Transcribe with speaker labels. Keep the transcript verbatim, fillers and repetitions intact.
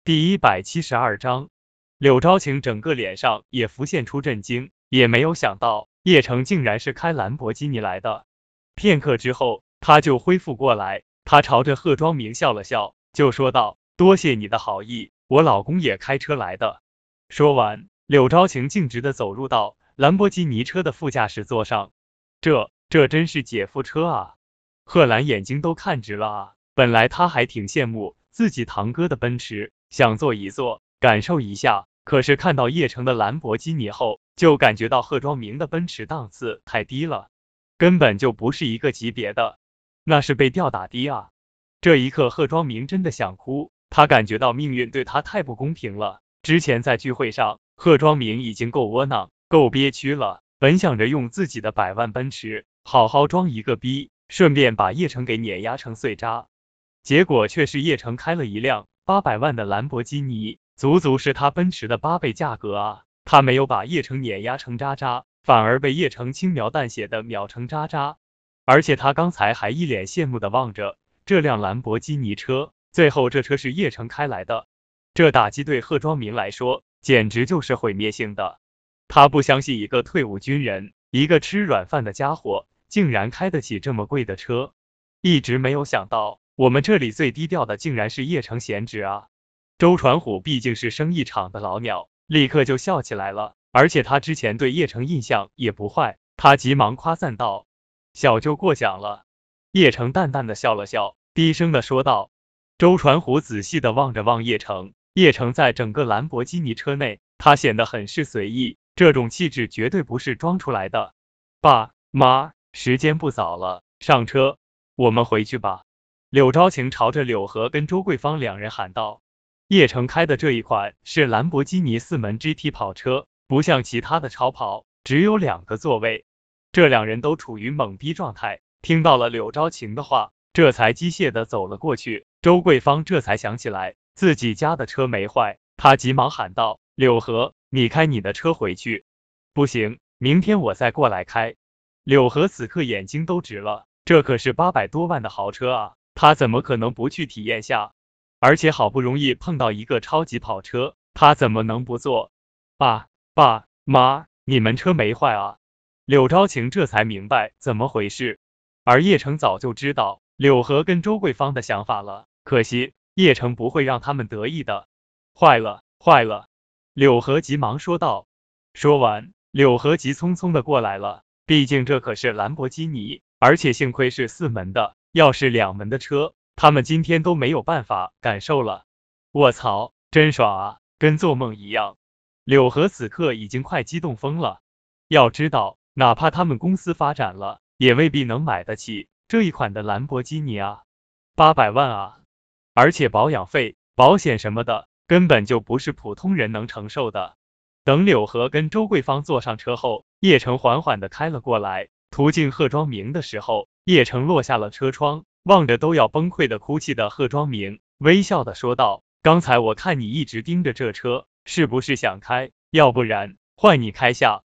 Speaker 1: 第一百七十二章，柳昭晴整个脸上也浮现出震惊，也没有想到叶城竟然是开兰博基尼来的。片刻之后，他就恢复过来，他朝着贺庄明笑了笑，就说道：“多谢你的好意，我老公也开车来的。”说完，柳昭晴径直的走入到兰博基尼车的副驾驶座上。这这真是姐夫车啊！贺兰眼睛都看直了啊！本来他还挺羡慕自己堂哥的奔驰，想坐一坐，感受一下。可是看到叶城的兰博基尼后，就感觉到贺庄明的奔驰档次太低了，根本就不是一个级别的，那是被吊打的啊！这一刻，贺庄明真的想哭，他感觉到命运对他太不公平了。之前在聚会上，贺庄明已经够窝囊、够憋屈了，本想着用自己的百万奔驰好好装一个逼，顺便把叶城给碾压成碎渣。结果却是叶城开了一辆八百万的兰博基尼，足足是他奔驰的八倍价格啊！他没有把叶城碾压成渣渣，反而被叶城轻描淡写的秒成渣渣。而且他刚才还一脸羡慕的望着这辆兰博基尼车，最后这车是叶城开来的，这打击对贺庄明来说简直就是毁灭性的。他不相信一个退伍军人，一个吃软饭的家伙，竟然开得起这么贵的车，一直没有想到。我们这里最低调的竟然是叶城贤侄啊！周传虎毕竟是生意场的老鸟，立刻就笑起来了。而且他之前对叶城印象也不坏，他急忙夸赞道：“小舅过奖了。”叶城淡淡的笑了笑，低声的说道。周传虎仔细的望着望叶城，叶城在整个兰博基尼车内，他显得很是随意，这种气质绝对不是装出来的。爸妈，时间不早了，上车，我们回去吧。柳昭晴朝着柳河跟周桂芳两人喊道。叶城开的这一款是兰博基尼四门 G T 跑车，不像其他的超跑只有两个座位。这两人都处于懵逼状态，听到了柳昭晴的话，这才机械的走了过去。周桂芳这才想起来自己家的车没坏，她急忙喊道：“柳河，你开你的车回去。”不行，明天我再过来开。柳河此刻眼睛都直了，这可是八百多万的豪车啊！他怎么可能不去体验下？而且好不容易碰到一个超级跑车，他怎么能不坐？爸爸妈，你们车没坏啊？柳昭晴这才明白怎么回事。而叶城早就知道柳河跟周桂芳的想法了，可惜叶城不会让他们得意的。坏了，坏了！柳河急忙说道。说完，柳河急匆匆的过来了，毕竟这可是兰博基尼，而且幸亏是四门的。要是两门的车，他们今天都没有办法感受了。卧槽，真爽啊，跟做梦一样。柳河此刻已经快激动疯了。要知道，哪怕他们公司发展了，也未必能买得起这一款的兰博基尼啊，八百万啊！而且保养费、保险什么的，根本就不是普通人能承受的。等柳河跟周桂芳坐上车后，叶城缓缓的开了过来，途径贺庄明的时候。叶城落下了车窗，望着都要崩溃的哭泣的贺庄明，微笑的说道：“刚才我看你一直盯着这车，是不是想开？要不然换你开下。”